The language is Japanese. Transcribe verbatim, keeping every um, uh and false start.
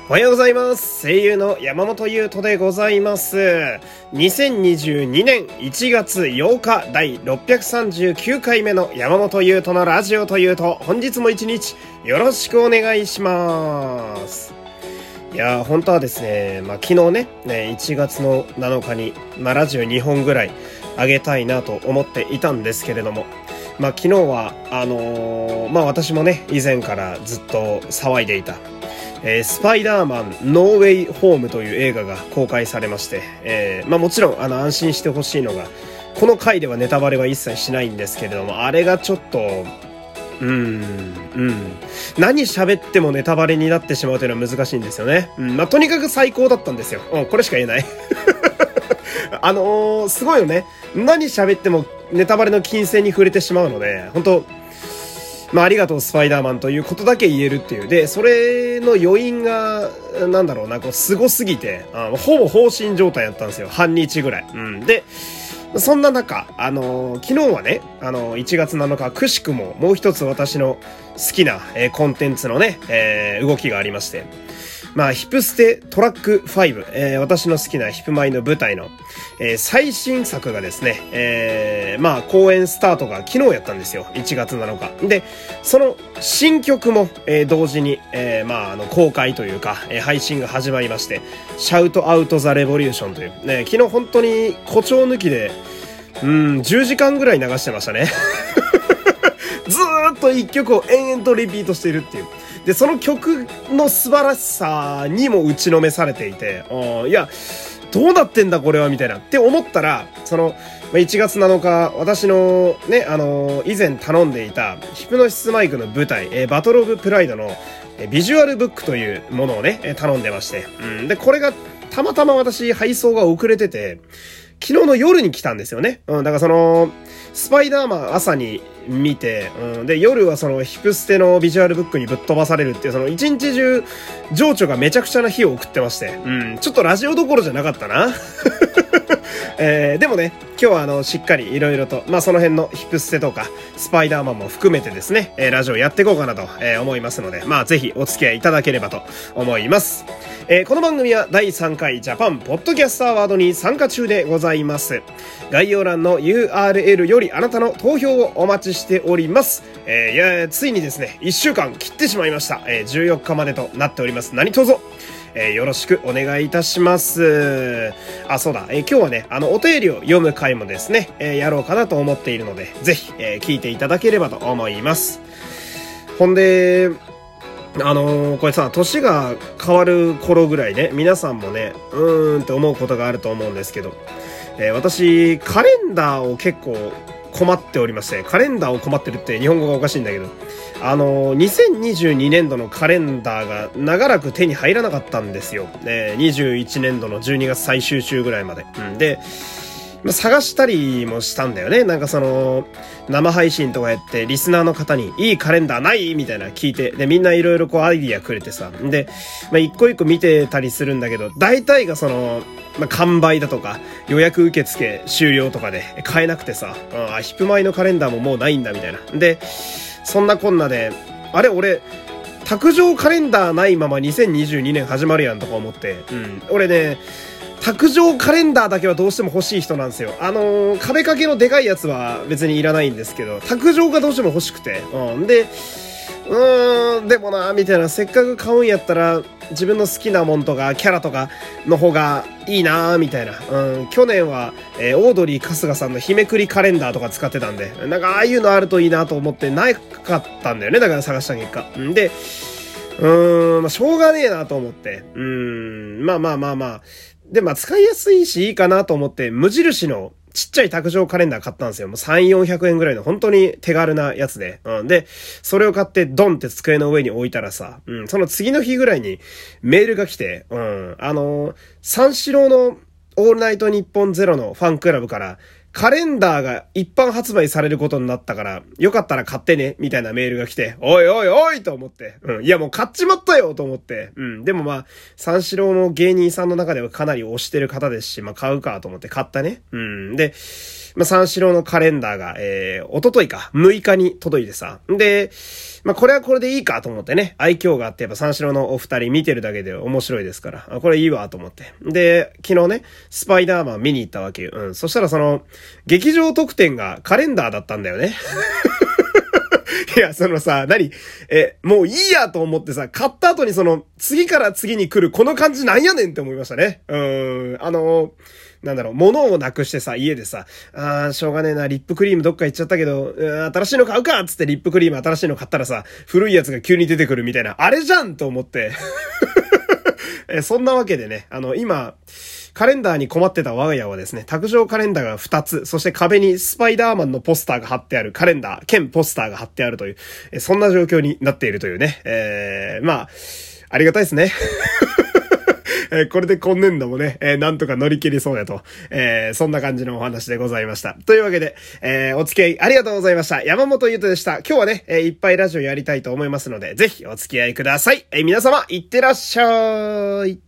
おはようございます。声優の山本優斗でございます。にせんにじゅうにねんいちがつようかだいろっぴゃくさんじゅうきゅうかいめの山本優斗のラジオというと、本日も一日よろしくお願いします。いやー本当はですね、まあ昨日ね、ねいちがつのなのかに、まあ、ラジオにほんぐらい上げたいなと思っていたんですけれども、まあ昨日はあのー、まあ私もね以前からずっと騒いでいたえー、スパイダーマンノーウェイホームという映画が公開されまして、えー、まあもちろんあの安心してほしいのが、この回ではネタバレは一切しないんですけれども、あれがちょっとうーんうん何喋ってもネタバレになってしまうというのは難しいんですよね。うん、まあとにかく最高だったんですよ。うん、これしか言えないあのー、すごいよね。何喋ってもネタバレの禁制に触れてしまうので、本当まあ、ありがとうスパイダーマンということだけ言えるっていう。で、それの余韻が、なんだろうな、こう、凄すぎて、あほぼ放心状態だったんですよ。半日ぐらい。うん。で、そんな中、あのー、昨日はね、あのー、いちがつなのか、くしくももう一つ私の好きな、えー、コンテンツのね、えー、動きがありまして、まあ、ヒプステトラックファイブ、えー、私の好きなヒプマイの舞台の、えー、最新作がですね、えー、まあ、公演スタートが昨日やったんですよ。いちがつなのか。で、その新曲も、えー、同時に、えー、まあ、あの、公開というか、えー、配信が始まりまして、シャウトアウトザレボリューションという、ね、昨日本当に誇張抜きで、うん、じゅうじかんぐらい流してましたね。ずーっと一曲を延々とリピートしているっていう。で、その曲の素晴らしさにも打ちのめされていて、いや、どうなってんだこれはみたいなって思ったら、その、いちがつなのか、私のね、あの、以前頼んでいたヒプノシスマイクの舞台、えー、バトルオブプライドのえー、ビジュアルブックというものをね、頼んでまして。うん。で、これがたまたま私配送が遅れてて、昨日の夜に来たんですよね。うん。だからその、スパイダーマン朝に見て、うん。で、夜はそのヒプステのビジュアルブックにぶっ飛ばされるっていう、その一日中、情緒がめちゃくちゃな日を送ってまして。うん。ちょっとラジオどころじゃなかったな。えー、でもね、今日はあの、しっかりいろいろと、まあその辺のヒプステとか、スパイダーマンも含めてですね、えー、ラジオやっていこうかなと、えー、思いますので、まあぜひお付き合いいただければと思います。えー、この番組はだいさんかいジャパンポッドキャストアワードに参加中でございます。概要欄の ユーアールエル よりあなたの投票をお待ちしております。えー、いや、ついにですね、いっしゅうかん切ってしまいました。えー、じゅうよっかまでとなっております。何卒えー、よろしくお願いいたします。あ、そうだ。えー、今日はね、あの、お便りを読む回もですね、えー、やろうかなと思っているので、ぜひ、えー、聞いていただければと思います。ほんで、あのー、これさ、年が変わる頃ぐらいね、皆さんもね、うーんって思うことがあると思うんですけど、えー、私、カレンダーを結構困っておりまして、カレンダーを困ってるって日本語がおかしいんだけど、あのー、にせんにじゅうにねんどのカレンダーが長らく手に入らなかったんですよ。えー、にじゅういちねんどのじゅうにがつ最終週ぐらいまで。うん、で、まあ、探したりもしたんだよね。なんかその、生配信とかやって、リスナーの方に、いいカレンダーないみたいな聞いて、で、みんないろいろこうアイディアくれてさ。で、まあ、一個一個見てたりするんだけど、大体がその、まあ、完売だとか、予約受付終了とかで買えなくてさ、あ、ヒップマイのカレンダーももうないんだみたいな。で、そんなこんなで、あれ俺、卓上カレンダーないままにせんにじゅうにねん始まるやんとか思って、うん。俺ね、卓上カレンダーだけはどうしても欲しい人なんですよ。あのー、壁掛けのでかいやつは別にいらないんですけど、卓上がどうしても欲しくて。うん。で、うーん、でもな、みたいな、せっかく買うんやったら、自分の好きなもんとか、キャラとかの方がいいなみたいな。うん、去年は、えー、オードリー春日さんの日めくりカレンダーとか使ってたんで、なんかああいうのあるといいなと思ってなかったんだよね。だから探した結果。んで、うーん、まあ、しょうがねえなと思って。うーん、まあまあまあまあ。で、まあ使いやすいしいいかなと思って、無印のちっちゃい卓上カレンダー買ったんですよ。もうさん、よんひゃくえんぐらいの本当に手軽なやつで。うん。で、それを買ってドンって机の上に置いたらさ、うん、その次の日ぐらいにメールが来て、うん、あのー、三四郎のオールナイトニッポンゼロのファンクラブから、カレンダーが一般発売されることになったから、よかったら買ってね、みたいなメールが来て、おいおいおいと思って。うん。いやもう買っちまったよと思って。うん。でもまあ、三四郎の芸人さんの中ではかなり推してる方ですし、まあ買うかと思って買ったね。うん。で、 まあ、三四郎のカレンダーが、えー、おとといか、むいかに届いてさ。で、まあ、これはこれでいいかと思ってね、愛嬌があって、やっぱ三四郎のお二人見てるだけで面白いですから、あ、これいいわと思って。で、昨日ね、スパイダーマン見に行ったわけよ。うん。そしたらその、劇場特典がカレンダーだったんだよね。いや、そのさ、何え、もういいやと思ってさ、買った後にその、次から次に来るこの感じなんやねんって思いましたね。うーん、あの、なんだろう、物をなくしてさ、家でさ、あー、しょうがねえな、リップクリームどっか行っちゃったけど、新しいの買うかっつってリップクリーム新しいの買ったらさ、古いやつが急に出てくるみたいな、あれじゃんと思って。え、そんなわけでね、あの、今、カレンダーに困ってた我が家はですね、卓上カレンダーがふたつ、そして壁にスパイダーマンのポスターが貼ってある、カレンダー兼ポスターが貼ってあるという、えそんな状況になっているというね。えー、まあ、ありがたいですね。えー、これで今年度もね、えー、なんとか乗り切りそうだと、えー、そんな感じのお話でございました。というわけで、えー、お付き合いありがとうございました。山本優斗でした。今日はね、えー、いっぱいラジオやりたいと思いますので、ぜひお付き合いください。えー、皆様、いってらっしゃい。